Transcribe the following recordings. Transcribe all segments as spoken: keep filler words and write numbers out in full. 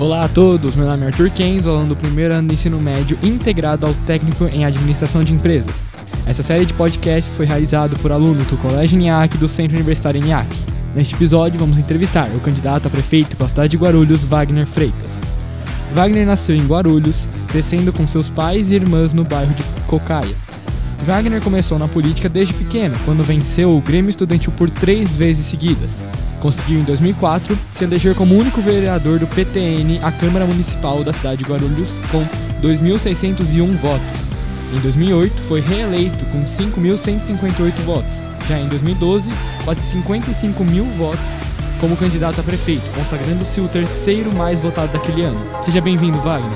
Olá a todos, meu nome é Arthur Kenzo, aluno do primeiro ano do ensino médio integrado ao técnico em administração de empresas. Essa série de podcasts foi realizada por alunos do Colégio ENIAC e do Centro Universitário ENIAC. Neste episódio vamos entrevistar o candidato a prefeito pela cidade de Guarulhos, Wagner Freitas. Wagner nasceu em Guarulhos, crescendo com seus pais e irmãs no bairro de Cocaia. Wagner começou na política desde pequeno, quando venceu o Grêmio Estudantil por três vezes seguidas. Conseguiu em dois mil e quatro se eleger como único vereador do P T N à Câmara Municipal da cidade de Guarulhos com dois mil seiscentos e um votos. Em dois mil e oito foi reeleito com cinco mil cento e cinquenta e oito votos. Já em dois mil e doze, quase cinquenta e cinco mil votos como candidato a prefeito, consagrando-se o terceiro mais votado daquele ano. Seja bem-vindo, Wagner.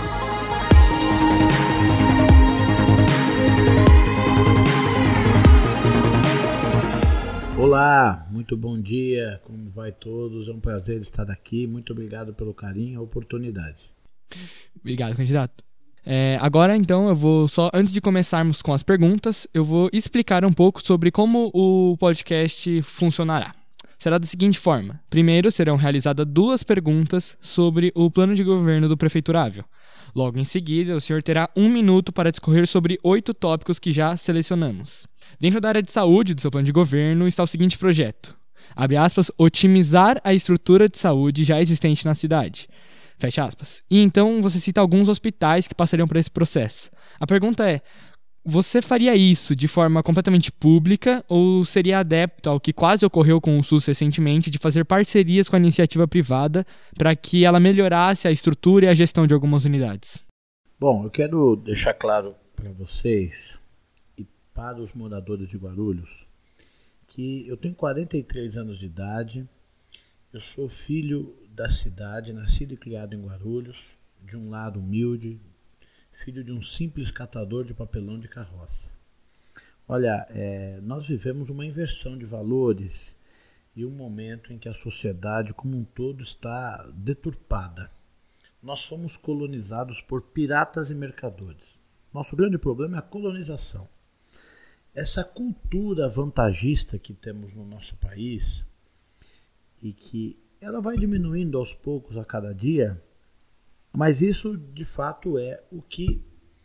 Olá, muito bom dia, como vai todos? É um prazer estar aqui, muito obrigado pelo carinho e a oportunidade. Obrigado, candidato. É, agora, então, eu vou só, antes de começarmos com as perguntas, eu vou explicar um pouco sobre como o podcast funcionará. Será da seguinte forma: primeiro serão realizadas duas perguntas sobre o plano de governo do prefeiturável. Logo em seguida, o senhor terá um minuto para discorrer sobre oito tópicos que já selecionamos. Dentro da área de saúde do seu plano de governo está o seguinte projeto. Abre aspas, otimizar a estrutura de saúde já existente na cidade. Fecha aspas. E então você cita alguns hospitais que passariam por esse processo. A pergunta é, você faria isso de forma completamente pública ou seria adepto ao que quase ocorreu com o SUS recentemente de fazer parcerias com a iniciativa privada para que ela melhorasse a estrutura e a gestão de algumas unidades? Bom, eu quero deixar claro para vocês e para os moradores de Guarulhos que eu tenho quarenta e três anos de idade, eu sou filho da cidade, nascido e criado em Guarulhos, de um lar humilde, filho de um simples catador de papelão de carroça. Olha, é, nós vivemos uma inversão de valores e um momento em que a sociedade como um todo está deturpada. Nós fomos colonizados por piratas e mercadores. Nosso grande problema é a colonização. Essa cultura vantagista que temos no nosso país e que ela vai diminuindo aos poucos a cada dia, mas isso de fato é o que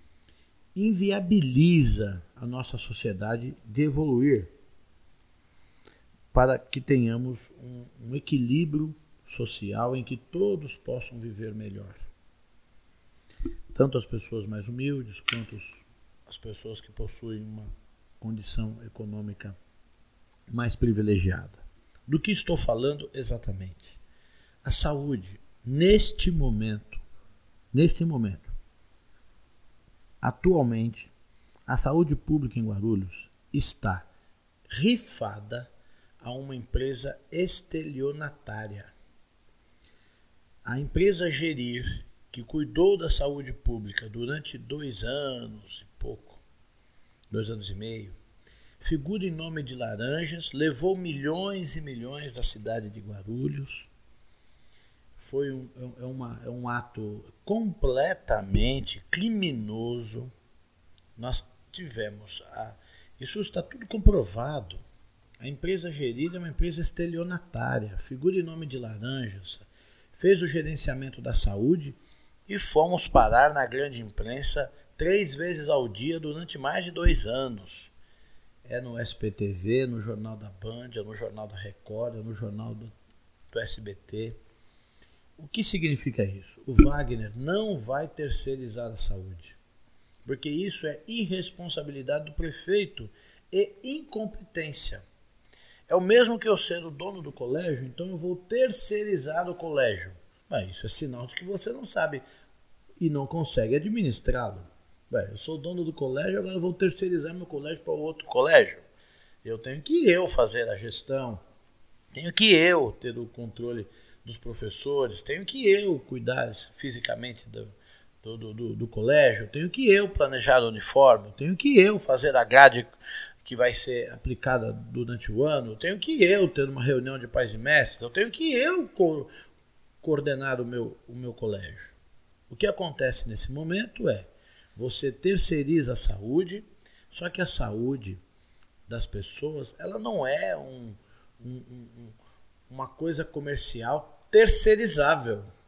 inviabiliza a nossa sociedade de evoluir para que tenhamos um, um equilíbrio social em que todos possam viver melhor. Tanto as pessoas mais humildes quanto os, as pessoas que possuem uma condição econômica mais privilegiada. Do que estou falando exatamente? A saúde, neste momento, neste momento, atualmente, a saúde pública em Guarulhos está rifada a uma empresa estelionatária. A empresa Gerir, que cuidou da saúde pública durante dois anos e pouco, dois anos e meio, figura em nome de laranjas, levou milhões e milhões da cidade de Guarulhos. Foi um, é uma, é um ato completamente criminoso. Nós tivemos, a, isso está tudo comprovado. A empresa Gerir é uma empresa estelionatária, figura em nome de laranjas, fez o gerenciamento da saúde e fomos parar na grande imprensa três vezes ao dia durante mais de dois anos. É no S P T V, no Jornal da Band, é no Jornal da Record, é no Jornal do, do S B T. O que significa isso? O Wagner não vai terceirizar a saúde, porque isso é irresponsabilidade do prefeito e incompetência. É o mesmo que eu ser o dono do colégio, então eu vou terceirizar o colégio. Mas isso é sinal de que você não sabe e não consegue administrá-lo. Bem, eu sou dono do colégio, agora eu vou terceirizar meu colégio para outro colégio. Eu tenho que eu fazer a gestão, tenho que eu ter o controle dos professores, tenho que eu cuidar fisicamente do, do, do, do colégio, tenho que eu planejar o uniforme, tenho que eu fazer a grade que vai ser aplicada durante o ano, tenho que eu ter uma reunião de pais e mestres, eu tenho que eu co- coordenar o meu, o meu colégio. O que acontece nesse momento é, você terceiriza a saúde, só que a saúde das pessoas, ela não é um, um, um, uma coisa comercial terceirizável.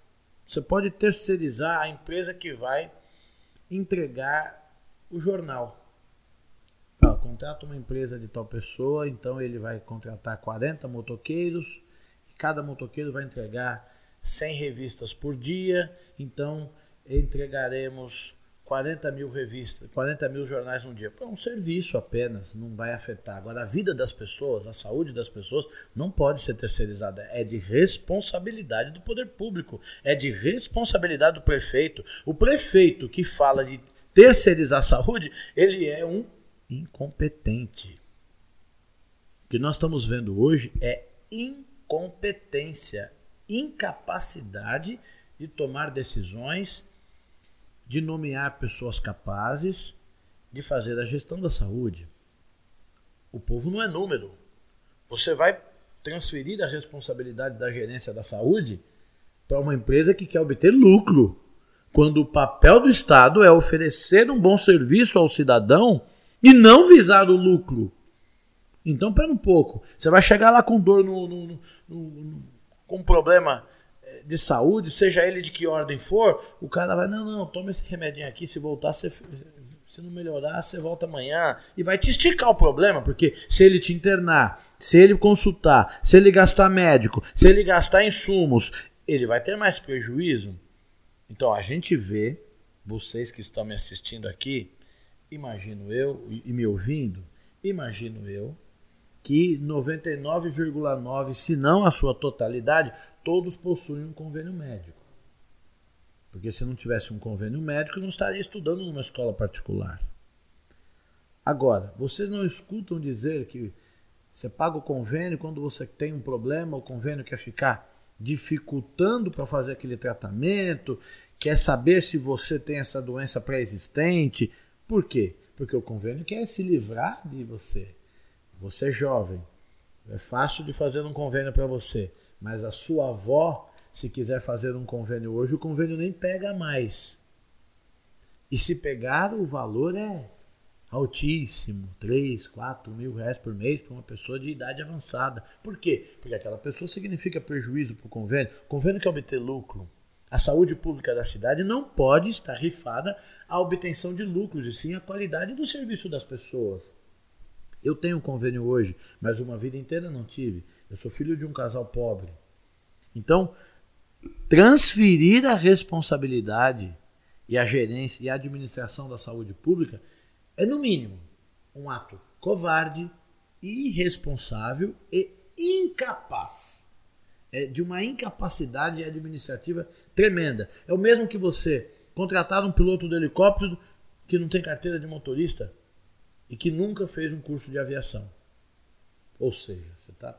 Você pode terceirizar a empresa que vai entregar o jornal. Ah, contrata uma empresa de tal pessoa, então ele vai contratar quarenta motoqueiros e cada motoqueiro vai entregar cem revistas por dia, então entregaremos quarenta mil revistas, quarenta mil jornais num dia. É um serviço apenas, não vai afetar. Agora, a vida das pessoas, a saúde das pessoas não pode ser terceirizada. É de responsabilidade do poder público, é de responsabilidade do prefeito. O prefeito que fala de terceirizar a saúde, ele é um incompetente. O que nós estamos vendo hoje é incompetência, incapacidade de tomar decisões, de nomear pessoas capazes de fazer a gestão da saúde. O povo não é número. Você vai transferir a responsabilidade da gerência da saúde para uma empresa que quer obter lucro, quando o papel do Estado é oferecer um bom serviço ao cidadão e não visar o lucro. Então, pera um pouco. Você vai chegar lá com dor, no, no, no, no, com um problema de saúde, seja ele de que ordem for, o cara vai, não, não, toma esse remedinho aqui, se voltar, se, se não melhorar, você volta amanhã. E vai te esticar o problema, porque se ele te internar, se ele consultar, se ele gastar médico, se ele gastar insumos, ele vai ter mais prejuízo. Então, a gente vê, vocês que estão me assistindo aqui, imagino eu, e me ouvindo, imagino eu, que noventa e nove vírgula nove por cento, se não a sua totalidade, todos possuem um convênio médico. Porque se não tivesse um convênio médico, não estaria estudando numa escola particular. Agora, vocês não escutam dizer que você paga o convênio quando você tem um problema, o convênio quer ficar dificultando para fazer aquele tratamento, quer saber se você tem essa doença pré-existente. Por quê? Porque o convênio quer se livrar de você. Você é jovem, é fácil de fazer um convênio para você, mas a sua avó, se quiser fazer um convênio hoje, o convênio nem pega mais. E se pegar, o valor é altíssimo, três, quatro mil reais por mês para uma pessoa de idade avançada. Por quê? Porque aquela pessoa significa prejuízo para o convênio. O convênio quer obter lucro. A saúde pública da cidade não pode estar rifada à obtenção de lucros, e sim a qualidade do serviço das pessoas. Eu tenho um convênio hoje, mas uma vida inteira não tive. Eu sou filho de um casal pobre. Então, transferir a responsabilidade e a gerência e a administração da saúde pública é, no mínimo, um ato covarde, irresponsável e incapaz. É de uma incapacidade administrativa tremenda. É o mesmo que você contratar um piloto de helicóptero que não tem carteira de motorista e que nunca fez um curso de aviação. Ou seja, você está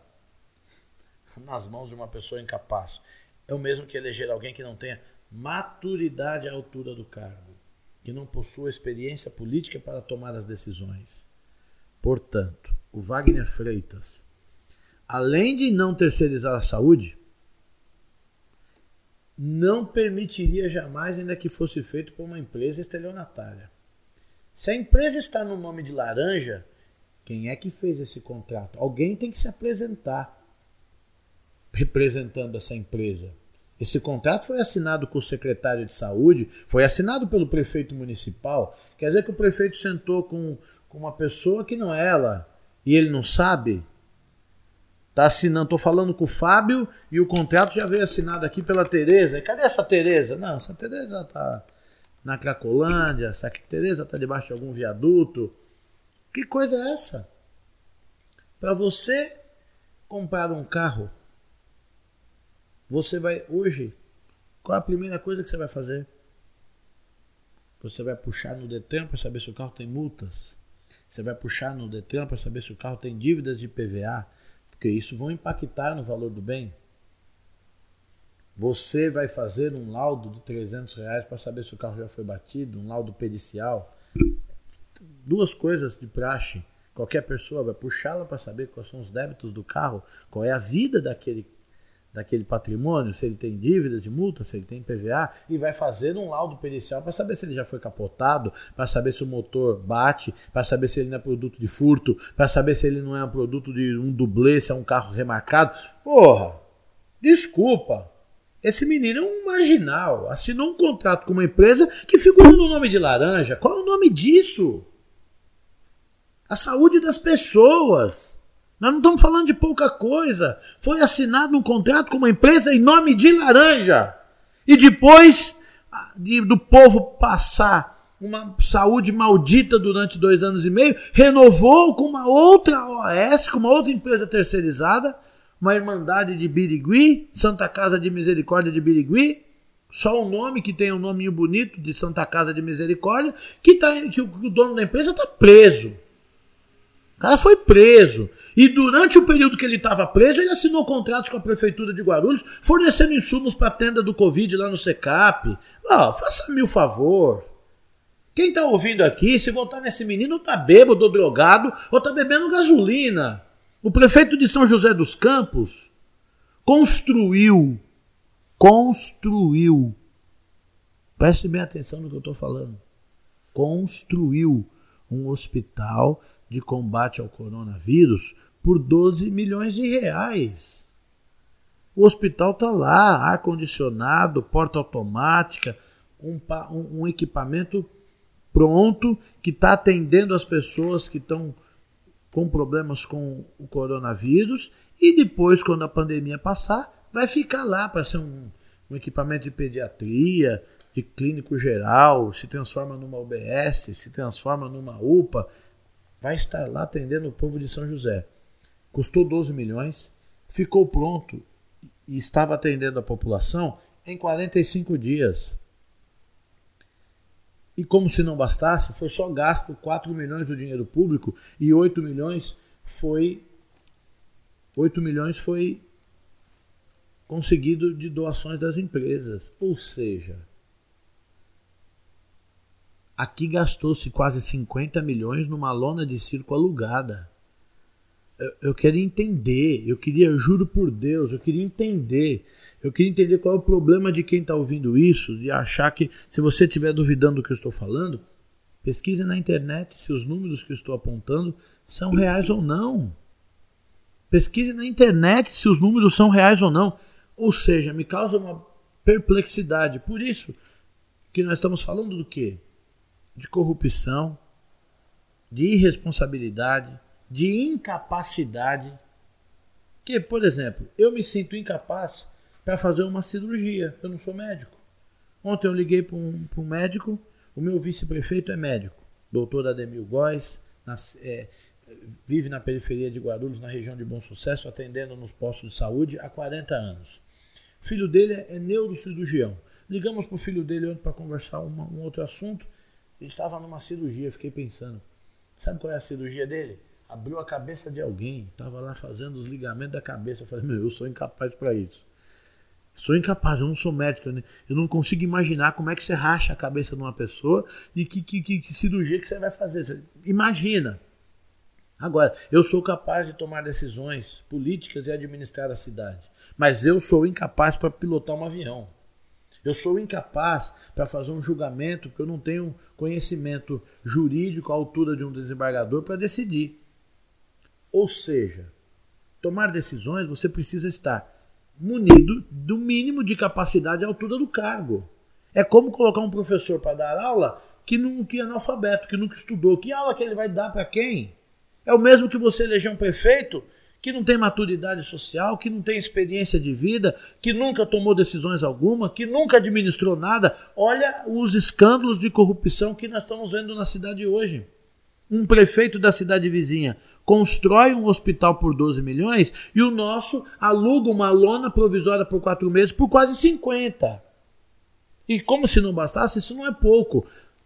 nas mãos de uma pessoa incapaz. É o mesmo que eleger alguém que não tenha maturidade à altura do cargo, que não possua experiência política para tomar as decisões. Portanto, o Wagner Freitas, além de não terceirizar a saúde, não permitiria jamais, ainda que fosse feito por uma empresa estelionatária. Se a empresa está no nome de laranja, quem é que fez esse contrato? Alguém tem que se apresentar representando essa empresa. Esse contrato foi assinado com o secretário de saúde, foi assinado pelo prefeito municipal. Quer dizer que o prefeito sentou com, com uma pessoa que não é ela e ele não sabe? Tá assinando, tô falando com o Fábio e o contrato já veio assinado aqui pela Tereza. E cadê essa Tereza? Não, essa Tereza tá na Cracolândia, essa Tereza tá debaixo de algum viaduto. Que coisa é essa? Para você comprar um carro, você vai hoje, qual a primeira coisa que você vai fazer? Você vai puxar no Detran para saber se o carro tem multas. Você vai puxar no Detran para saber se o carro tem dívidas de I P V A, porque isso vai impactar no valor do bem. Você vai fazer um laudo de trezentos reais para saber se o carro já foi batido, um laudo pericial. Duas coisas de praxe. Qualquer pessoa vai puxá-la para saber quais são os débitos do carro, qual é a vida daquele, daquele patrimônio, se ele tem dívidas de multa, se ele tem I P V A, e vai fazer um laudo pericial para saber se ele já foi capotado, para saber se o motor bate, para saber se ele não é produto de furto, para saber se ele não é um produto de um dublê, se é um carro remarcado. Porra, desculpa. Esse menino é um marginal, assinou um contrato com uma empresa que figura no nome de laranja. Qual é o nome disso? A saúde das pessoas. Nós não estamos falando de pouca coisa. Foi assinado um contrato com uma empresa em nome de laranja. E depois de, do povo passar uma saúde maldita durante dois anos e meio, renovou com uma outra O S, com uma outra empresa terceirizada, uma Irmandade de Birigui, Santa Casa de Misericórdia de Birigui, só o nome que tem um nominho bonito de Santa Casa de Misericórdia, que, tá, que, o, que o dono da empresa está preso. O cara foi preso. E durante o período que ele estava preso, ele assinou contratos com a Prefeitura de Guarulhos, fornecendo insumos para a tenda do Covid lá no SECAP. Oh, faça-me o favor. Quem está ouvindo aqui, se voltar nesse menino, está bêbado ou drogado, ou está bebendo gasolina. O prefeito de São José dos Campos construiu, construiu, preste bem atenção no que eu estou falando, construiu um hospital de combate ao coronavírus por doze milhões de reais. O hospital está lá, ar-condicionado, porta automática, um, um, um equipamento pronto que está atendendo as pessoas que estão com problemas com o coronavírus, e depois, quando a pandemia passar, vai ficar lá para ser um, um equipamento de pediatria, de clínico geral, se transforma numa U B S, se transforma numa U P A, vai estar lá atendendo o povo de São José. Custou doze milhões, ficou pronto e estava atendendo a população em quarenta e cinco dias. E como se não bastasse, foi só gasto quatro milhões do dinheiro público e oito milhões foi oito milhões foi conseguido de doações das empresas. Ou seja, aqui gastou-se quase cinquenta milhões numa lona de circo alugada. Eu, eu queria entender, eu queria, eu juro por Deus, eu queria entender. Eu queria entender qual é o problema de quem está ouvindo isso, de achar que, se você estiver duvidando do que eu estou falando, pesquise na internet se os números que eu estou apontando são reais ou não. Pesquise na internet se os números são reais ou não. Ou seja, me causa uma perplexidade. Por isso que nós estamos falando do quê? De corrupção, de irresponsabilidade, de incapacidade. Que, por exemplo, eu me sinto incapaz para fazer uma cirurgia. Eu não sou médico. Ontem eu liguei para um, para um médico, o meu vice-prefeito é médico, doutor Ademir Góes, nas, é, vive na periferia de Guarulhos, na região de Bom Sucesso, atendendo nos postos de saúde há quarenta anos. O filho dele é neurocirurgião. Ligamos para o filho dele ontem para conversar uma, um outro assunto. Ele estava numa cirurgia, fiquei pensando. Sabe qual é a cirurgia dele? Abriu a cabeça de alguém, estava lá fazendo os ligamentos da cabeça. Eu falei, meu, eu sou incapaz para isso. Sou incapaz, eu não sou médico, eu não consigo imaginar como é que você racha a cabeça de uma pessoa e que, que, que, que cirurgia que você vai fazer. Você imagina. Agora, eu sou capaz de tomar decisões políticas e administrar a cidade, mas eu sou incapaz para pilotar um avião. Eu sou incapaz para fazer um julgamento porque eu não tenho conhecimento jurídico à altura de um desembargador para decidir. Ou seja, tomar decisões você precisa estar munido do mínimo de capacidade à altura do cargo. É como colocar um professor para dar aula que, não, que é analfabeto, que nunca estudou. Que aula que ele vai dar para quem? É o mesmo que você eleger um prefeito que não tem maturidade social, que não tem experiência de vida, que nunca tomou decisões alguma, que nunca administrou nada. Olha os escândalos de corrupção que nós estamos vendo na cidade hoje. Um prefeito da cidade vizinha constrói um hospital por doze milhões e o nosso aluga uma lona provisória por quatro meses por quase cinquenta. E como se não bastasse, isso não é pouco.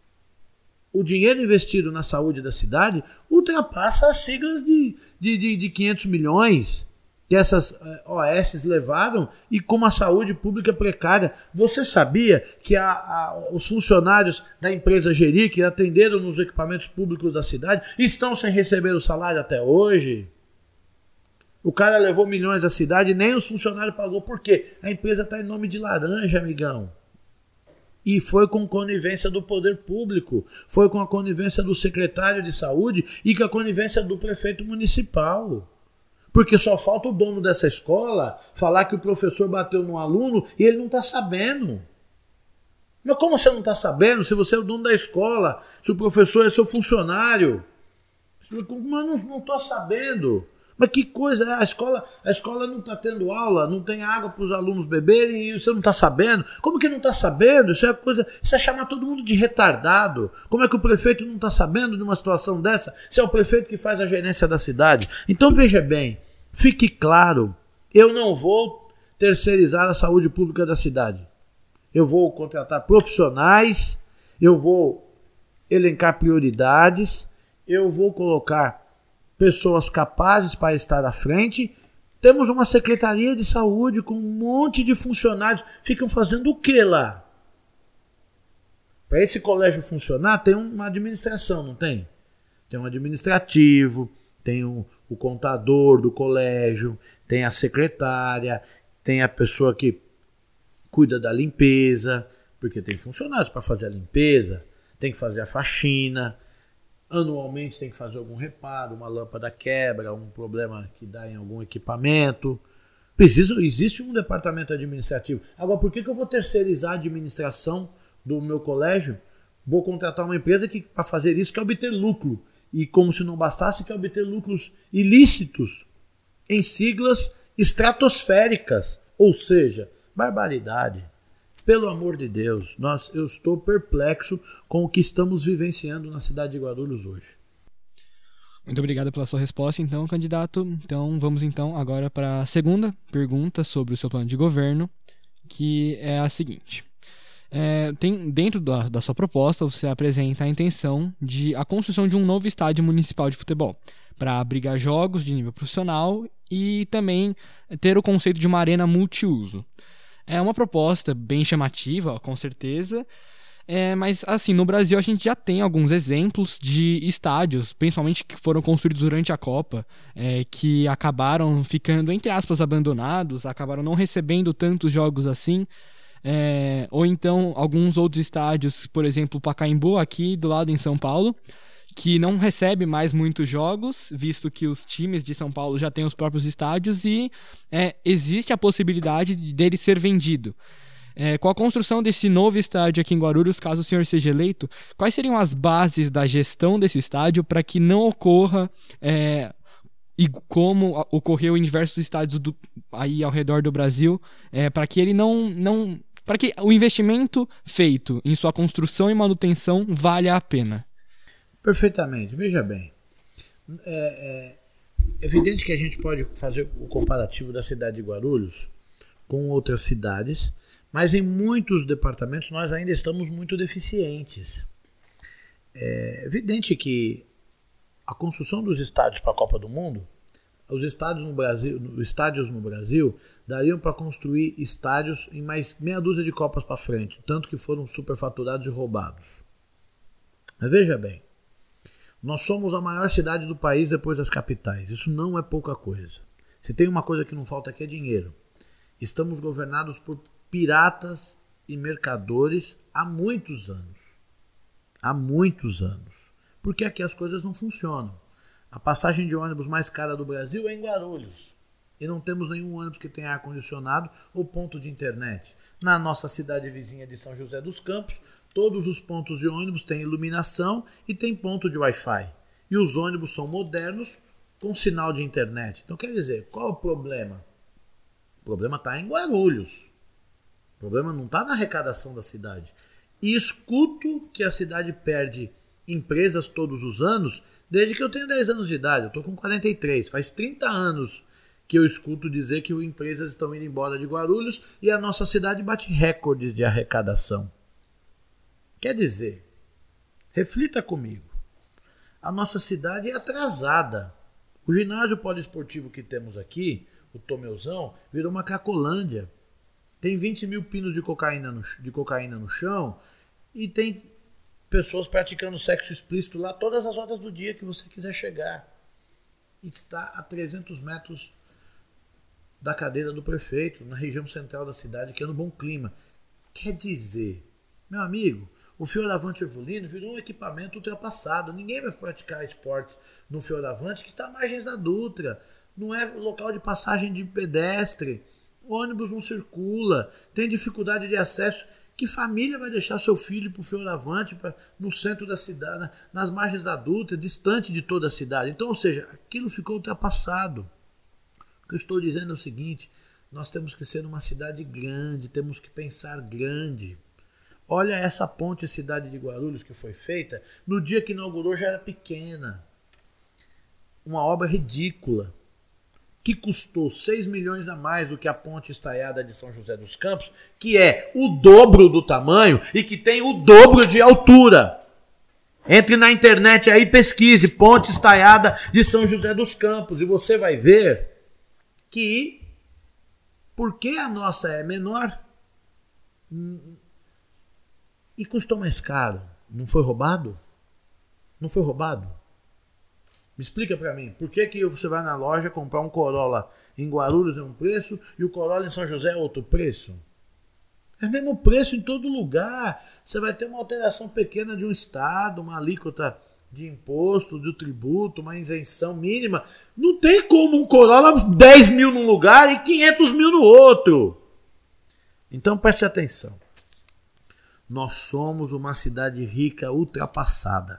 O dinheiro investido na saúde da cidade ultrapassa as siglas de, de, de, de quinhentos milhões que essas O S levaram e com uma saúde pública precária. Você sabia que a, a, os funcionários da empresa Geri, que atenderam nos equipamentos públicos da cidade, estão sem receber o salário até hoje? O cara levou milhões à cidade e nem os funcionários pagou. Por quê? A empresa está em nome de laranja, amigão. E foi com conivência do poder público, foi com a conivência do secretário de saúde e com a conivência do prefeito municipal. Porque só falta o dono dessa escola falar que o professor bateu no aluno e ele não está sabendo. Mas como você não está sabendo se você é o dono da escola, se o professor é seu funcionário? Mas não estou sabendo. Mas que coisa, a escola, a escola não está tendo aula, não tem água para os alunos beberem e você não está sabendo? Como que não está sabendo? Isso é coisa, isso é chamar todo mundo de retardado. Como é que o prefeito não está sabendo de uma situação dessa? Se é o prefeito que faz a gerência da cidade. Então veja bem, fique claro, eu não vou terceirizar a saúde pública da cidade. Eu vou contratar profissionais, eu vou elencar prioridades, eu vou colocar pessoas capazes para estar à frente. Temos uma secretaria de saúde com um monte de funcionários. Ficam fazendo o que lá? Para esse colégio funcionar, tem uma administração, não tem? Tem um administrativo, tem um, o contador do colégio, tem a secretária, tem a pessoa que cuida da limpeza, porque tem funcionários para fazer a limpeza, tem que fazer a faxina. Anualmente tem que fazer algum reparo, uma lâmpada quebra, um problema que dá em algum equipamento. Precisa, existe um departamento administrativo. Agora, por que, que eu vou terceirizar a administração do meu colégio? Vou contratar uma empresa que para fazer isso quer obter lucro. E como se não bastasse, quer obter lucros ilícitos em siglas estratosféricas. Ou seja, barbaridade. Pelo amor de Deus, nós, eu estou perplexo com o que estamos vivenciando na cidade de Guarulhos hoje. Muito obrigado pela sua resposta, então, candidato. Então, vamos então agora para a segunda pergunta sobre o seu plano de governo, que é a seguinte. É, tem, dentro da, da sua proposta, você apresenta a intenção de a construção de um novo estádio municipal de futebol, para abrigar jogos de nível profissional e também ter o conceito de uma arena multiuso. É uma proposta bem chamativa, com certeza, é, mas assim, no Brasil a gente já tem alguns exemplos de estádios, principalmente que foram construídos durante a Copa, é, que acabaram ficando, entre aspas, abandonados, acabaram não recebendo tantos jogos assim, é, ou então alguns outros estádios, por exemplo, o Pacaembu, aqui do lado em São Paulo, que não recebe mais muitos jogos, visto que os times de São Paulo já têm os próprios estádios e é, existe a possibilidade de, dele ser vendido. É, com a construção desse novo estádio aqui em Guarulhos, caso o senhor seja eleito, quais seriam as bases da gestão desse estádio para que não ocorra, é, e como ocorreu em diversos estádios do, aí ao redor do Brasil, é, para que ele não... não para que o investimento feito em sua construção e manutenção valha a pena? Perfeitamente. Veja bem, é, é evidente que a gente pode fazer o comparativo da cidade de Guarulhos com outras cidades, mas em muitos departamentos nós ainda estamos muito deficientes. É evidente que a construção dos estádios para a Copa do Mundo, os estádios no Brasil, os estádios no Brasil dariam para construir estádios em mais meia dúzia de Copas para frente, tanto que foram superfaturados e roubados. Mas veja bem, nós somos a maior cidade do país depois das capitais. Isso não é pouca coisa. Se tem uma coisa que não falta aqui é dinheiro. Estamos governados por piratas e mercadores há muitos anos. Há muitos anos. Porque aqui as coisas não funcionam. A passagem de ônibus mais cara do Brasil é em Guarulhos. E não temos nenhum ônibus que tenha ar-condicionado ou ponto de internet. Na nossa cidade vizinha de São José dos Campos, todos os pontos de ônibus têm iluminação e tem ponto de Wi-Fi. E os ônibus são modernos com sinal de internet. Então quer dizer, qual é o problema? O problema está em Guarulhos. O problema não está na arrecadação da cidade. E escuto que a cidade perde empresas todos os anos, desde que eu tenho dez anos de idade. Eu estou com quarenta e três, faz trinta anos que eu escuto dizer que empresas estão indo embora de Guarulhos e a nossa cidade bate recordes de arrecadação. Quer dizer, reflita comigo, a nossa cidade é atrasada. O ginásio poliesportivo que temos aqui, o Tomeuzão, virou uma cracolândia. Tem vinte mil pinos de cocaína no, de cocaína no chão e tem pessoas praticando sexo explícito lá todas as horas do dia que você quiser chegar. E está a trezentos metros da cadeira do prefeito, na região central da cidade, que é no Bom Clima. Quer dizer, meu amigo, O Fioravante Ervolino virou um equipamento ultrapassado. Ninguém vai praticar esportes no Fioravante, que está à margem da Dutra. Não é local de passagem de pedestre. O ônibus não circula. Tem dificuldade de acesso. Que família vai deixar seu filho para o Fioravante, pra, no centro da cidade, nas margens da Dutra, distante de toda a cidade? Então, ou seja, aquilo ficou ultrapassado. O que eu estou dizendo é o seguinte: nós temos que ser uma cidade grande, temos que pensar grande. Olha essa ponte cidade de Guarulhos que foi feita, no dia que inaugurou já era pequena. Uma obra ridícula, que custou seis milhões a mais do que a ponte estaiada de São José dos Campos, que é o dobro do tamanho e que tem o dobro de altura. Entre na internet aí e pesquise ponte estaiada de São José dos Campos e você vai ver que, porque a nossa é menor e custou mais caro, não foi roubado? Não foi roubado? Me explica pra mim, por que que você vai na loja comprar um Corolla em Guarulhos é um preço e o Corolla em São José é outro preço? É o mesmo preço em todo lugar. Você vai ter uma alteração pequena de um estado, uma alíquota de imposto, de tributo, uma isenção mínima. Não tem como um Corolla dez mil num lugar e quinhentos mil no outro. Então preste atenção. Nós somos uma cidade rica ultrapassada.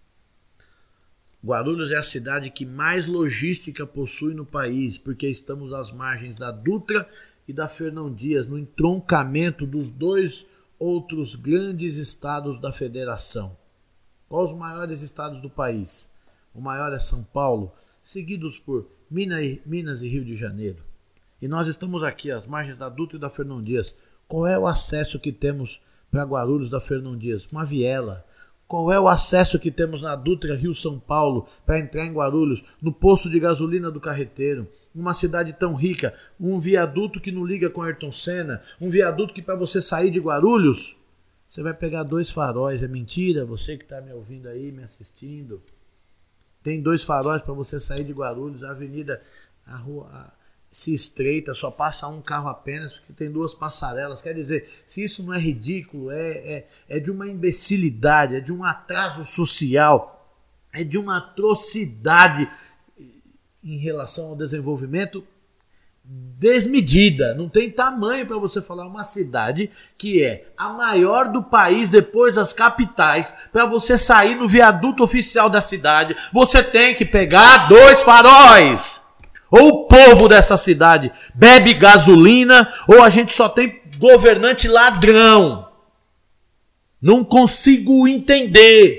Guarulhos é a cidade que mais logística possui no país, porque estamos às margens da Dutra e da Fernão Dias, no entroncamento dos dois outros grandes estados da federação. Quais os maiores estados do país? O maior é São Paulo, seguidos por Minas e Rio de Janeiro. E nós estamos aqui às margens da Dutra e da Fernão Dias. Qual é o acesso que temos para Guarulhos da Fernão Dias? Uma viela. Qual é o acesso que temos na Dutra Rio-São Paulo para entrar em Guarulhos? No posto de gasolina do Carreteiro. Uma cidade tão rica, um viaduto que não liga com Ayrton Senna, um viaduto que para você sair de Guarulhos, você vai pegar dois faróis. É mentira? Você que está me ouvindo aí, me assistindo. Tem dois faróis para você sair de Guarulhos. A avenida, a rua a, se estreita, só passa um carro apenas, porque tem duas passarelas. Quer dizer, se isso não é ridículo, é, é, é de uma imbecilidade, é de um atraso social, é de uma atrocidade em relação ao desenvolvimento desmedida. Não tem tamanho para você falar uma cidade que é a maior do país depois das capitais. Para você sair no viaduto oficial da cidade, você tem que pegar dois faróis. Ou o povo dessa cidade bebe gasolina, ou a gente só tem governante ladrão. Não consigo entender.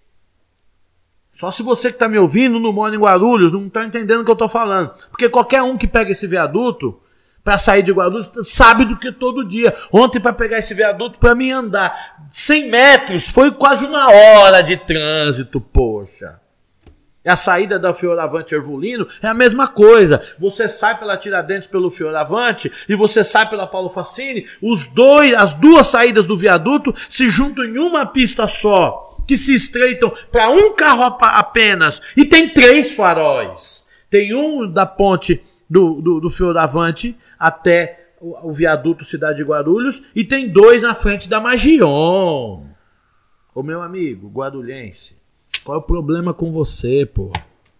Só se você que está me ouvindo não mora em Guarulhos, não está entendendo o que eu estou falando. Porque qualquer um que pega esse viaduto para sair de Guarulhos sabe do que todo dia. Ontem, para pegar esse viaduto, para mim andar cem metros, foi quase uma hora de trânsito, poxa. A saída da Fioravante Ervolino é a mesma coisa. Você sai pela Tiradentes pelo Fioravante e você sai pela Paulo Facini. Os dois, as duas saídas do viaduto se juntam em uma pista só, que se estreitam para um carro apenas. E tem três faróis. Tem um da ponte do, do, do Fioravante até o, o viaduto Cidade de Guarulhos e tem dois na frente da Magion. Ô meu amigo guarulhense, qual é o problema com você, pô?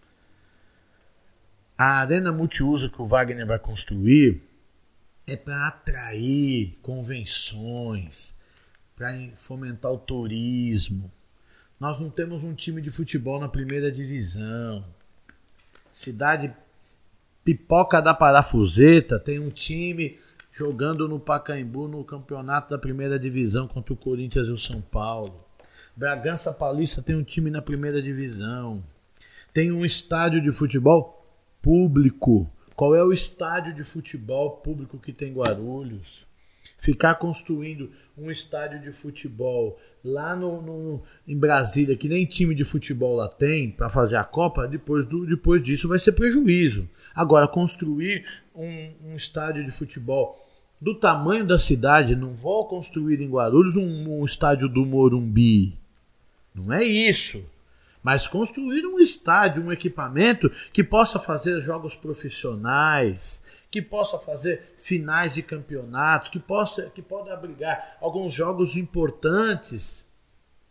A arena multiuso que o Wagner vai construir é para atrair convenções, para fomentar o turismo. Nós não temos um time de futebol na primeira divisão. Cidade Pipoca da Parafuseta tem um time jogando no Pacaembu no campeonato da primeira divisão contra o Corinthians e o São Paulo. Bragança Paulista tem um time na primeira divisão. Tem um estádio de futebol público. Qual é o estádio de futebol público que tem em Guarulhos? Ficar construindo um estádio de futebol lá no, no, em Brasília, que nem time de futebol lá tem, para fazer a Copa, depois, do, depois disso vai ser prejuízo. Agora, construir um, um estádio de futebol do tamanho da cidade, não vou construir em Guarulhos um, um estádio do Morumbi. Não é isso. Mas construir um estádio, um equipamento que possa fazer jogos profissionais, que possa fazer finais de campeonatos, que possa, que possa abrigar alguns jogos importantes.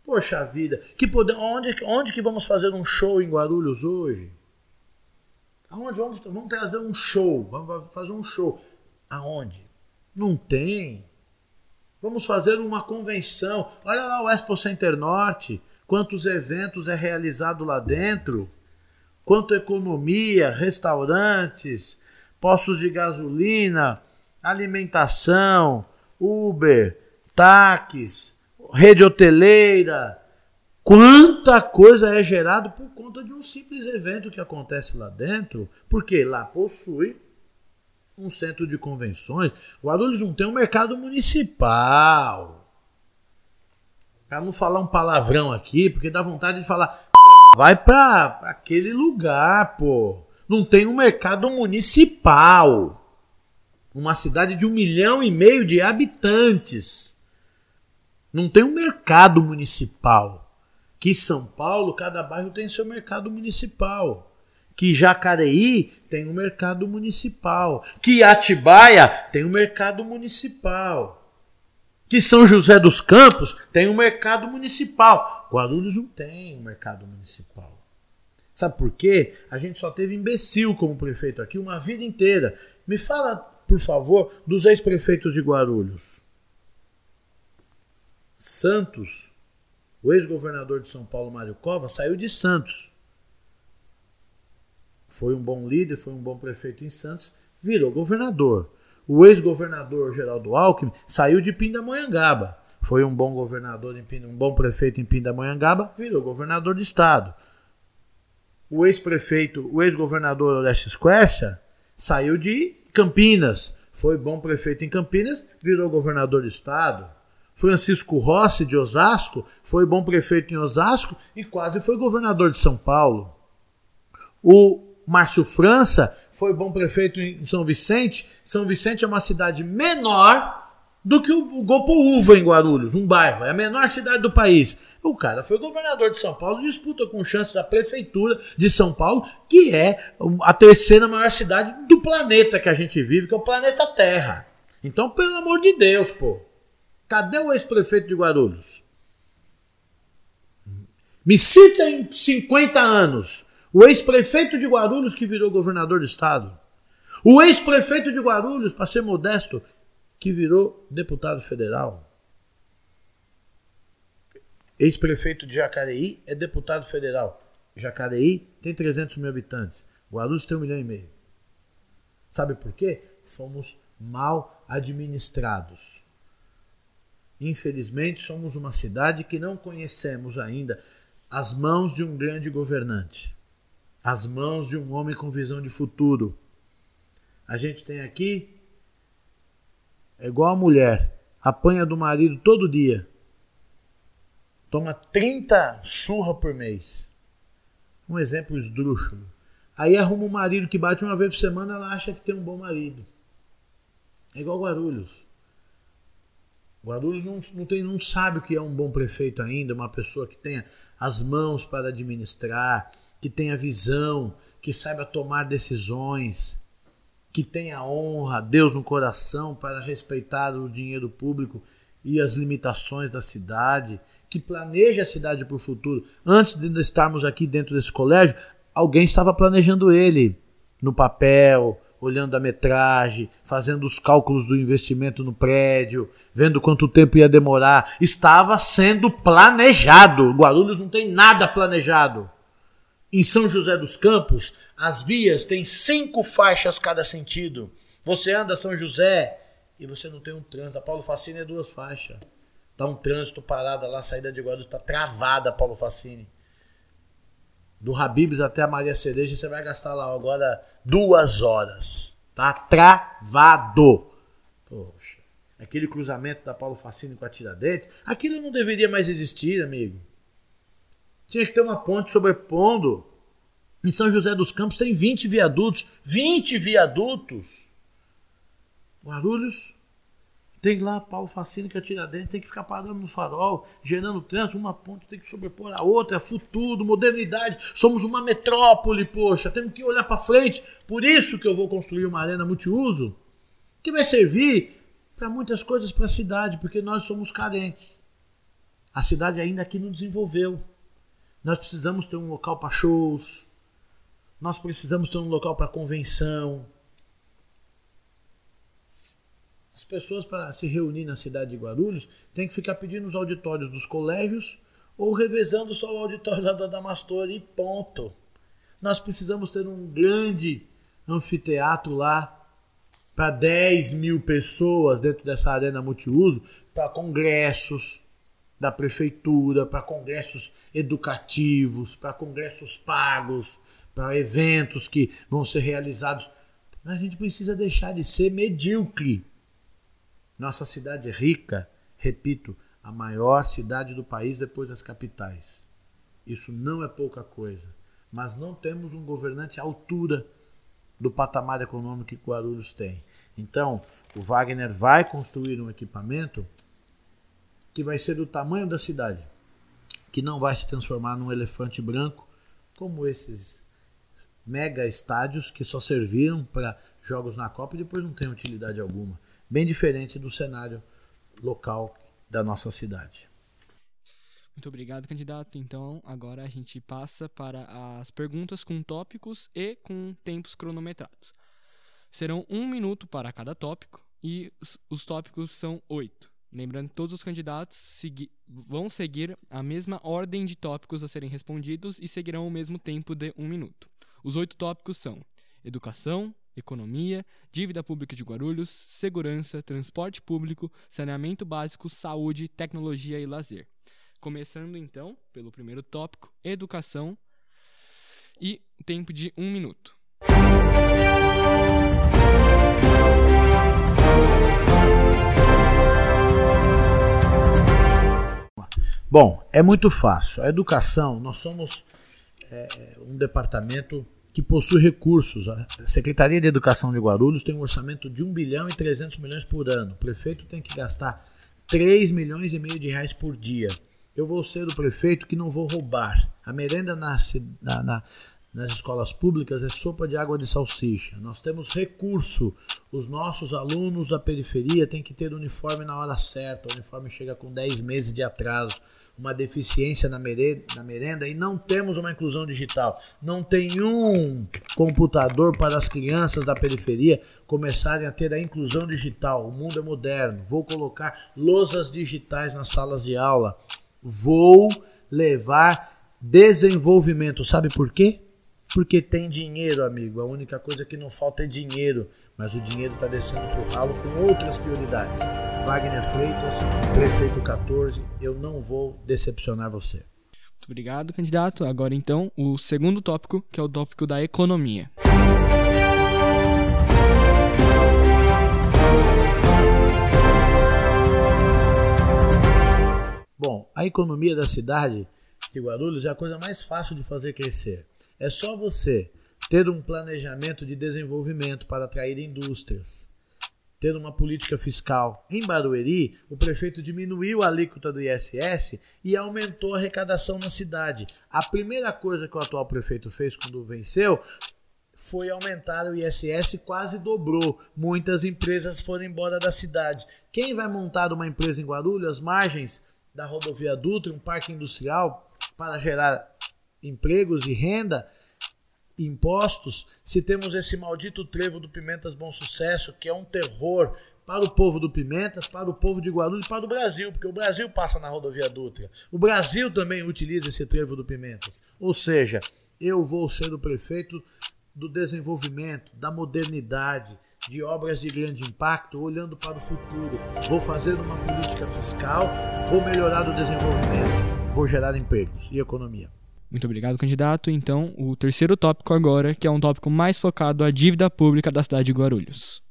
Poxa vida, que poder, onde, onde que vamos fazer um show em Guarulhos hoje? Aonde vamos, vamos trazer um show? Vamos fazer um show. Aonde? Não tem. Vamos fazer uma convenção. Olha lá o Expo Center Norte, quantos eventos é realizado lá dentro, quanto economia, restaurantes, postos de gasolina, alimentação, Uber, táxis, rede hoteleira. Quanta coisa é gerado por conta de um simples evento que acontece lá dentro, porque lá possui um centro de convenções. Guarulhos não tem um mercado municipal. Para não falar um palavrão aqui, porque dá vontade de falar, vai para aquele lugar, pô. Não tem um mercado municipal. Uma cidade de um milhão e meio de habitantes. Não tem um mercado municipal. Que São Paulo, cada bairro tem seu mercado municipal. Que Jacareí tem um mercado municipal. Que Atibaia tem um mercado municipal. Que São José dos Campos tem um mercado municipal. Guarulhos não tem um mercado municipal. Sabe por quê? A gente só teve imbecil como prefeito aqui uma vida inteira. Me fala, por favor, dos ex-prefeitos de Guarulhos. Santos, o ex-governador de São Paulo, Mário Covas, saiu de Santos. Foi um bom líder, foi um bom prefeito em Santos, virou governador. O ex-governador Geraldo Alckmin saiu de Pindamonhangaba. Foi um bom governador, em Pinda, um bom prefeito em Pindamonhangaba, virou governador do estado. O ex-prefeito, o ex-governador Orestes Quercia saiu de Campinas. Foi bom prefeito em Campinas, virou governador do estado. Francisco Rossi de Osasco foi bom prefeito em Osasco e quase foi governador de São Paulo. O Márcio França foi bom prefeito em São Vicente. São Vicente é uma cidade menor do que o Gopoúva em Guarulhos, um bairro. É a menor cidade do país. O cara foi governador de São Paulo e disputa com chances a prefeitura de São Paulo, que é a terceira maior cidade do planeta que a gente vive, que é o planeta Terra. Então, pelo amor de Deus, pô. Cadê o ex-prefeito de Guarulhos? Me cita em cinquenta anos o ex-prefeito de Guarulhos que virou governador do estado. O ex-prefeito de Guarulhos, para ser modesto, que virou deputado federal. Ex-prefeito de Jacareí é deputado federal. Jacareí tem trezentos mil habitantes. Guarulhos tem um milhão e meio. Sabe por quê? Fomos mal administrados. Infelizmente, somos uma cidade que não conhecemos ainda as mãos de um grande governante. As mãos de um homem com visão de futuro. A gente tem aqui, é igual a mulher, apanha do marido todo dia. Toma trinta surra por mês. Um exemplo esdrúxulo. Aí arruma um marido que bate uma vez por semana, ela acha que tem um bom marido. É igual Guarulhos. Guarulhos não, não, tem, não sabe o que é um bom prefeito ainda, uma pessoa que tenha as mãos para administrar, que tenha visão, que saiba tomar decisões, que tenha honra, Deus no coração para respeitar o dinheiro público e as limitações da cidade, que planeje a cidade para o futuro. Antes de estarmos aqui dentro desse colégio, alguém estava planejando ele no papel, olhando a metragem, fazendo os cálculos do investimento no prédio, vendo quanto tempo ia demorar. Estava sendo planejado. Guarulhos não tem nada planejado. Em São José dos Campos, as vias têm cinco faixas cada sentido. Você anda São José e você não tem um trânsito. A Paulo Facini é duas faixas. Está um trânsito parado lá, a saída de Guarulhos está travada, Paulo Facini. Do Habib's até a Maria Cereja, você vai gastar lá agora duas horas. Tá travado. Poxa, aquele cruzamento da Paulo Facini com a Tiradentes, aquilo não deveria mais existir, amigo. Tinha que ter uma ponte sobrepondo. Em São José dos Campos tem vinte viadutos. vinte viadutos. Guarulhos tem lá Paulo Facini com a Tiradentes, tem que ficar parando no farol, gerando trânsito, uma ponte tem que sobrepor a outra, é futuro, modernidade, somos uma metrópole, poxa, temos que olhar para frente. Por isso que eu vou construir uma arena multiuso, que vai servir para muitas coisas para a cidade, porque nós somos carentes. A cidade ainda aqui não desenvolveu. Nós precisamos ter um local para shows, nós precisamos ter um local para convenção. As pessoas, para se reunir na cidade de Guarulhos, têm que ficar pedindo os auditórios dos colégios ou revezando só o auditório da Adamastor e ponto. Nós precisamos ter um grande anfiteatro lá para dez mil pessoas dentro dessa arena multiuso, para congressos da prefeitura, para congressos educativos, para congressos pagos, para eventos que vão ser realizados. A gente precisa deixar de ser medíocre. Nossa cidade é rica, repito, a maior cidade do país depois das capitais. Isso não é pouca coisa, mas não temos um governante à altura do patamar econômico que Guarulhos tem. Então, o Wagner vai construir um equipamento que vai ser do tamanho da cidade, que não vai se transformar num elefante branco, como esses mega estádios que só serviram para jogos na Copa e depois não tem utilidade alguma. Bem diferente do cenário local da nossa cidade. Muito obrigado, candidato. Então, agora a gente passa para as perguntas com tópicos e com tempos cronometrados. Serão um minuto para cada tópico e os, os tópicos são oito. Lembrando que todos os candidatos segui- vão seguir a mesma ordem de tópicos a serem respondidos e seguirão o mesmo tempo de um minuto. Os oito tópicos são educação, economia, dívida pública de Guarulhos, segurança, transporte público, saneamento básico, saúde, tecnologia e lazer. Começando então pelo primeiro tópico, educação, e tempo de um minuto. Bom, é muito fácil. A educação, nós somos é, um departamento que possui recursos. A Secretaria de Educação de Guarulhos tem um orçamento de um bilhão e trezentos milhões por ano. O prefeito tem que gastar três milhões e meio de reais por dia. Eu vou ser o prefeito que não vou roubar. A merenda na, na, na, nas escolas públicas é sopa de água de salsicha. Nós temos recurso. Os nossos alunos da periferia têm que ter uniforme na hora certa. O uniforme chega com dez meses de atraso. Uma deficiência na merenda, na merenda e não temos uma inclusão digital. Não tem um computador para as crianças da periferia começarem a ter a inclusão digital. O mundo é moderno. Vou colocar lousas digitais nas salas de aula. Vou levar desenvolvimento. Sabe por quê? Porque tem dinheiro, amigo. A única coisa que não falta é dinheiro. Mas o dinheiro está descendo pro ralo com outras prioridades. Wagner Freitas, prefeito quatorze, eu não vou decepcionar você. Muito obrigado, candidato. Agora então, o segundo tópico, que é o tópico da economia. Bom, a economia da cidade de Guarulhos é a coisa mais fácil de fazer crescer. É só você ter um planejamento de desenvolvimento para atrair indústrias, ter uma política fiscal. Em Barueri, o prefeito diminuiu a alíquota do I S S e aumentou a arrecadação na cidade. A primeira coisa que o atual prefeito fez quando venceu foi aumentar o I S S, quase dobrou. Muitas empresas foram embora da cidade. Quem vai montar uma empresa em Guarulhos, as margens da rodovia Dutra, um parque industrial para gerar empregos e renda, impostos, se temos esse maldito trevo do Pimentas Bom Sucesso, que é um terror para o povo do Pimentas, para o povo de Guarulhos e para o Brasil, porque o Brasil passa na rodovia Dutra. O Brasil também utiliza esse trevo do Pimentas. Ou seja, eu vou ser o prefeito do desenvolvimento, da modernidade, de obras de grande impacto, olhando para o futuro. Vou fazer uma política fiscal, vou melhorar o desenvolvimento, vou gerar empregos e economia. Muito obrigado, candidato. Então, o terceiro tópico agora, que é um tópico mais focado à dívida pública da cidade de Guarulhos.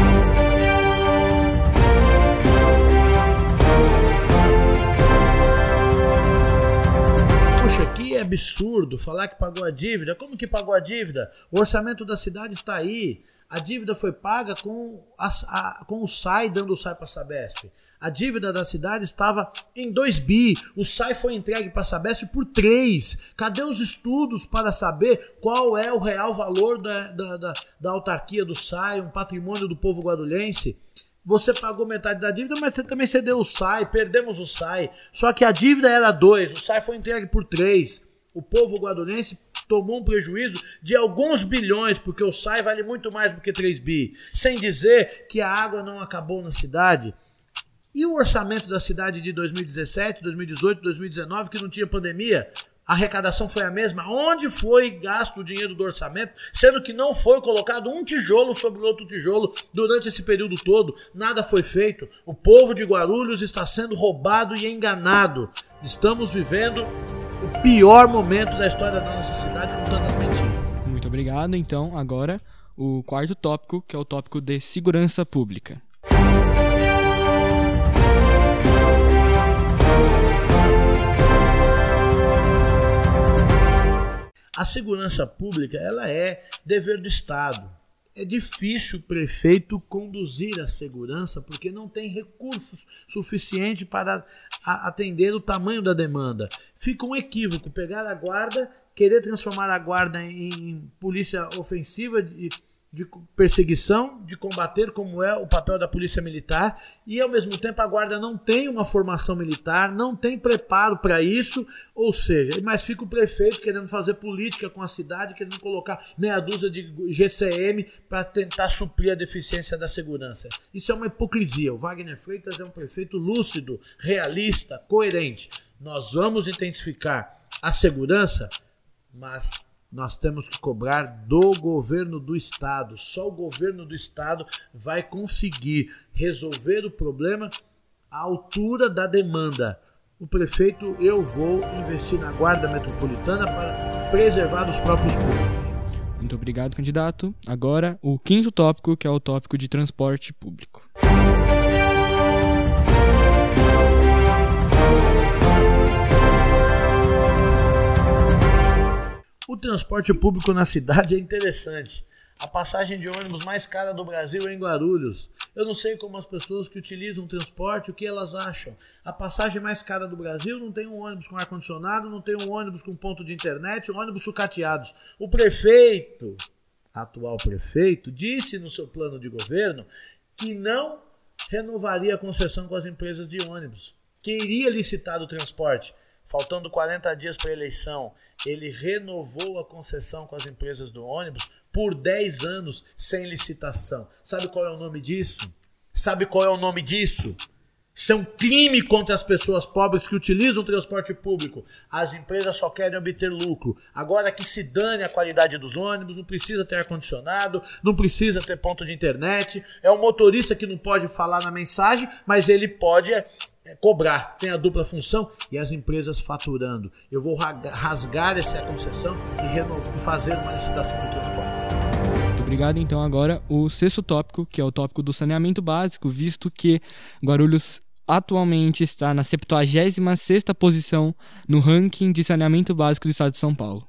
Puxa, que absurdo falar que pagou a dívida. Como que pagou a dívida? O orçamento da cidade está aí. A dívida foi paga com, a, a, com o S A I dando o S A I para a Sabesp. A dívida da cidade estava em dois bi. O S A I foi entregue para a Sabesp por três. Cadê os estudos para saber qual é o real valor da, da, da, da autarquia do S A I, um patrimônio do povo guarulhense? você pagou metade da dívida, mas você também cedeu o S A I, perdemos o S A I. Só que a dívida era dois, o S A I foi entregue por três. O povo guarulhense tomou um prejuízo de alguns bilhões, porque o S A I vale muito mais do que três bi. Sem dizer que a água não acabou na cidade. E o orçamento da cidade de dois mil e dezessete, dois mil e dezoito, dois mil e dezenove, que não tinha pandemia? A arrecadação foi a mesma? Onde foi gasto o dinheiro do orçamento, sendo que não foi colocado um tijolo sobre outro tijolo durante esse período todo? Nada foi feito. O povo de Guarulhos está sendo roubado e enganado. Estamos vivendo o pior momento da história da nossa cidade com tantas mentiras. Muito obrigado. Então, agora, o quarto tópico, que é o tópico de segurança pública. A segurança pública, ela é dever do Estado. É difícil o prefeito conduzir a segurança porque não tem recursos suficientes para atender o tamanho da demanda. Fica um equívoco pegar a guarda, querer transformar a guarda em polícia ofensiva de, de perseguição, de combater, como é o papel da polícia militar, e ao mesmo tempo a guarda não tem uma formação militar, não tem preparo para isso, ou seja, mas fica o prefeito querendo fazer política com a cidade, querendo colocar meia dúzia de G C M para tentar suprir a deficiência da segurança. Isso é uma hipocrisia. O Wagner Freitas é um prefeito lúcido, realista, coerente. Nós vamos intensificar a segurança, mas nós temos que cobrar do governo do estado. Só o governo do estado vai conseguir resolver o problema à altura da demanda. O prefeito, eu vou investir na guarda metropolitana para preservar os próprios públicos. Muito obrigado, candidato. Agora, o quinto tópico, que é o tópico de transporte público. O transporte público na cidade é interessante. A passagem de ônibus mais cara do Brasil é em Guarulhos. Eu não sei como as pessoas que utilizam transporte, o que elas acham. A passagem mais cara do Brasil não tem um ônibus com ar-condicionado, não tem um ônibus com ponto de internet, um ônibus sucateados. O prefeito, atual prefeito, disse no seu plano de governo que não renovaria a concessão com as empresas de ônibus, que iria licitar o transporte. Faltando quarenta dias para a eleição, ele renovou a concessão com as empresas do ônibus por dez anos sem licitação. Sabe qual é o nome disso? Sabe qual é o nome disso? Isso é um crime contra as pessoas pobres que utilizam o transporte público. As empresas só querem obter lucro. Agora que se dane a qualidade dos ônibus, não precisa ter ar-condicionado, não precisa ter ponto de internet. É o motorista que não pode falar na mensagem, mas ele pode é, é, cobrar. Tem a dupla função e as empresas faturando. Eu vou rasgar essa concessão e renovar, fazer uma licitação do transporte. Muito obrigado. Então agora o sexto tópico, que é o tópico do saneamento básico, visto que Guarulhos atualmente está na septuagésima sexta posição no ranking de saneamento básico do estado de São Paulo.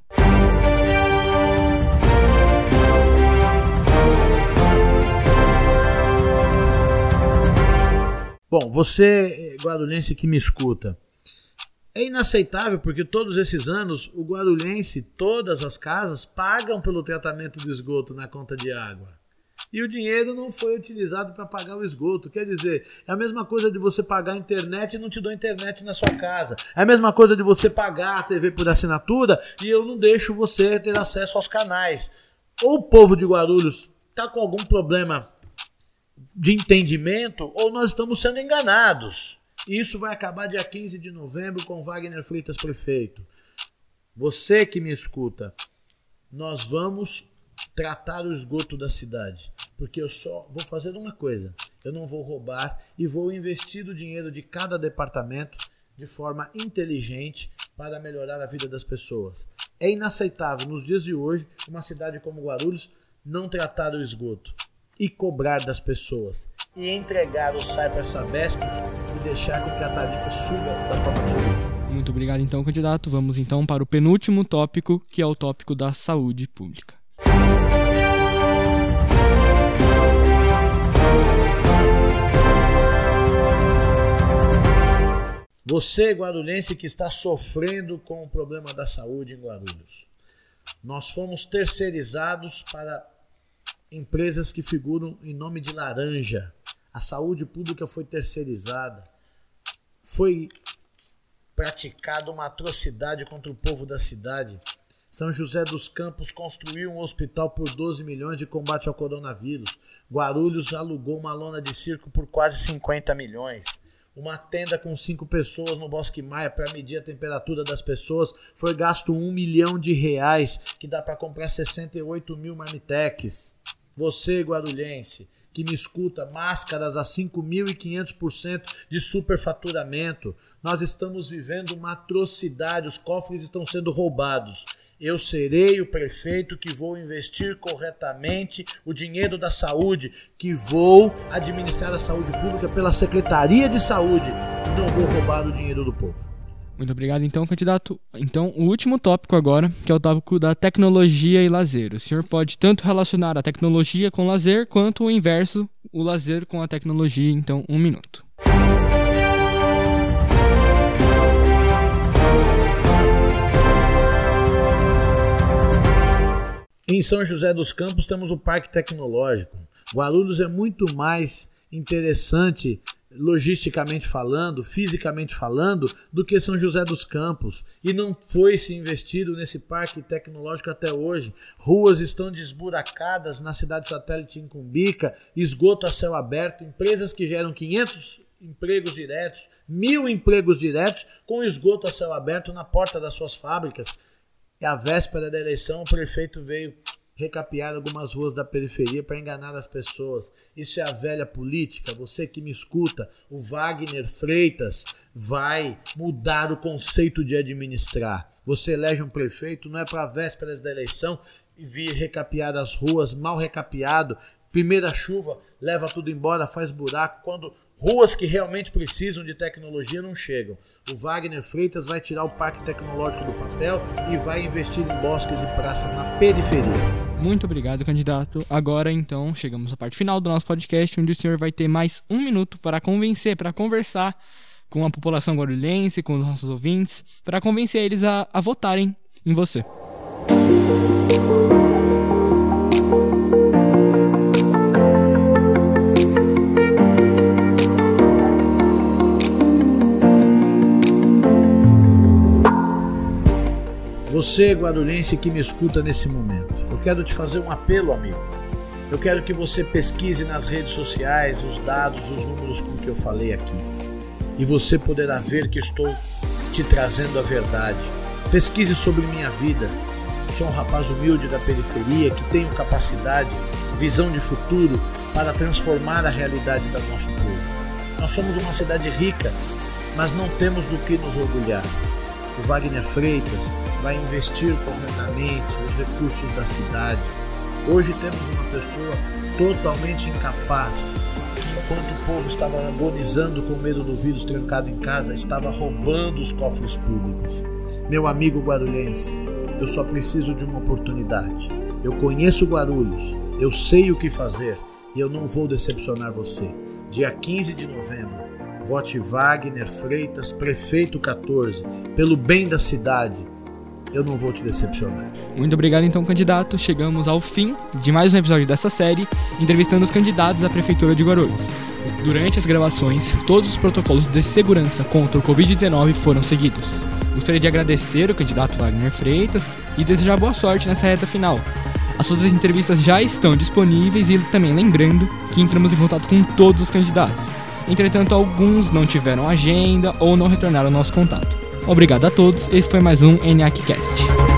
Bom, você, guarulhense que me escuta, é inaceitável porque todos esses anos o guarulhense, todas as casas, pagam pelo tratamento do esgoto na conta de água. E o dinheiro não foi utilizado para pagar o esgoto. Quer dizer, é a mesma coisa de você pagar a internet e não te dou internet na sua casa. É a mesma coisa de você pagar a T V por assinatura e eu não deixo você ter acesso aos canais. Ou o povo de Guarulhos está com algum problema de entendimento ou nós estamos sendo enganados. Isso vai acabar dia quinze de novembro com Wagner Freitas prefeito. Você que me escuta, nós vamos tratar o esgoto da cidade, porque eu só vou fazer uma coisa, eu não vou roubar e vou investir o dinheiro de cada departamento de forma inteligente para melhorar a vida das pessoas. É inaceitável nos dias de hoje uma cidade como Guarulhos não tratar o esgoto e cobrar das pessoas e entregar o S A I para a Sabesp e deixar com que a tarifa suba da forma que subiu. Muito obrigado então, candidato. Vamos então para o penúltimo tópico, que é o tópico da saúde pública. Você, guarulhense, que está sofrendo com o problema da saúde em Guarulhos. Nós fomos terceirizados para empresas que figuram em nome de laranja. A saúde pública foi terceirizada. Foi praticada uma atrocidade contra o povo da cidade. São José dos Campos construiu um hospital por doze milhões de combate ao coronavírus. Guarulhos alugou uma lona de circo por quase cinquenta milhões. Uma tenda com cinco pessoas no Bosque Maia para medir a temperatura das pessoas foi gasto um milhão de reais, que dá para comprar sessenta e oito mil marmitex. Você, guarulhense, que me escuta, máscaras a cinco mil e quinhentos por cento de superfaturamento. Nós estamos vivendo uma atrocidade, os cofres estão sendo roubados. Eu serei o prefeito que vou investir corretamente o dinheiro da saúde, que vou administrar a saúde pública pela Secretaria de Saúde e não vou roubar o dinheiro do povo. Muito obrigado, então, candidato. Então, o último tópico agora, que é o tópico da tecnologia e lazer. O senhor pode tanto relacionar a tecnologia com o lazer, quanto o inverso, o lazer com a tecnologia. Então, um minuto. Em São José dos Campos temos o Parque Tecnológico. Guarulhos é muito mais interessante logisticamente falando, fisicamente falando, do que São José dos Campos. E não foi se investido nesse parque tecnológico até hoje. Ruas estão desburacadas na cidade satélite em Cumbica, esgoto a céu aberto, empresas que geram quinhentos empregos diretos, mil empregos diretos com esgoto a céu aberto na porta das suas fábricas. E a véspera da eleição o prefeito veio recapear algumas ruas da periferia para enganar as pessoas. Isso é a velha política. Você que me escuta, o Wagner Freitas vai mudar o conceito de administrar. Você elege um prefeito, não é para vésperas da eleição e vir recapear as ruas, mal recapeado. Primeira chuva, leva tudo embora, faz buraco, quando ruas que realmente precisam de tecnologia não chegam. O Wagner Freitas vai tirar o Parque Tecnológico do papel e vai investir em bosques e praças na periferia. Muito obrigado, candidato. Agora, então, chegamos à parte final do nosso podcast, onde o senhor vai ter mais um minuto para convencer, para conversar com a população guarulhense, com os nossos ouvintes, para convencer eles a, a votarem em você. Você, guarulhense, que me escuta nesse momento, eu quero te fazer um apelo, amigo. Eu quero que você pesquise nas redes sociais os dados, os números com que eu falei aqui. E você poderá ver que estou te trazendo a verdade. Pesquise sobre minha vida. Eu sou um rapaz humilde da periferia que tenho capacidade, visão de futuro para transformar a realidade do nosso povo. Nós somos uma cidade rica, mas não temos do que nos orgulhar. O Wagner Freitas vai investir corretamente os recursos da cidade. Hoje temos uma pessoa totalmente incapaz, que enquanto o povo estava agonizando com medo do vírus trancado em casa, estava roubando os cofres públicos. Meu amigo guarulhense, eu só preciso de uma oportunidade. Eu conheço Guarulhos, eu sei o que fazer e eu não vou decepcionar você. Dia quinze de novembro, vote Wagner Freitas, prefeito quatorze, pelo bem da cidade. Eu não vou te decepcionar. Muito obrigado, então, candidato. Chegamos ao fim de mais um episódio dessa série, entrevistando os candidatos à Prefeitura de Guarulhos. Durante as gravações, todos os protocolos de segurança contra o covid dezenove foram seguidos. Gostaria de agradecer o candidato Wagner Freitas e desejar boa sorte nessa reta final. As suas entrevistas já estão disponíveis e também lembrando que entramos em contato com todos os candidatos. Entretanto, alguns não tiveram agenda ou não retornaram ao nosso contato. Obrigado a todos, esse foi mais um ENIAC Cast.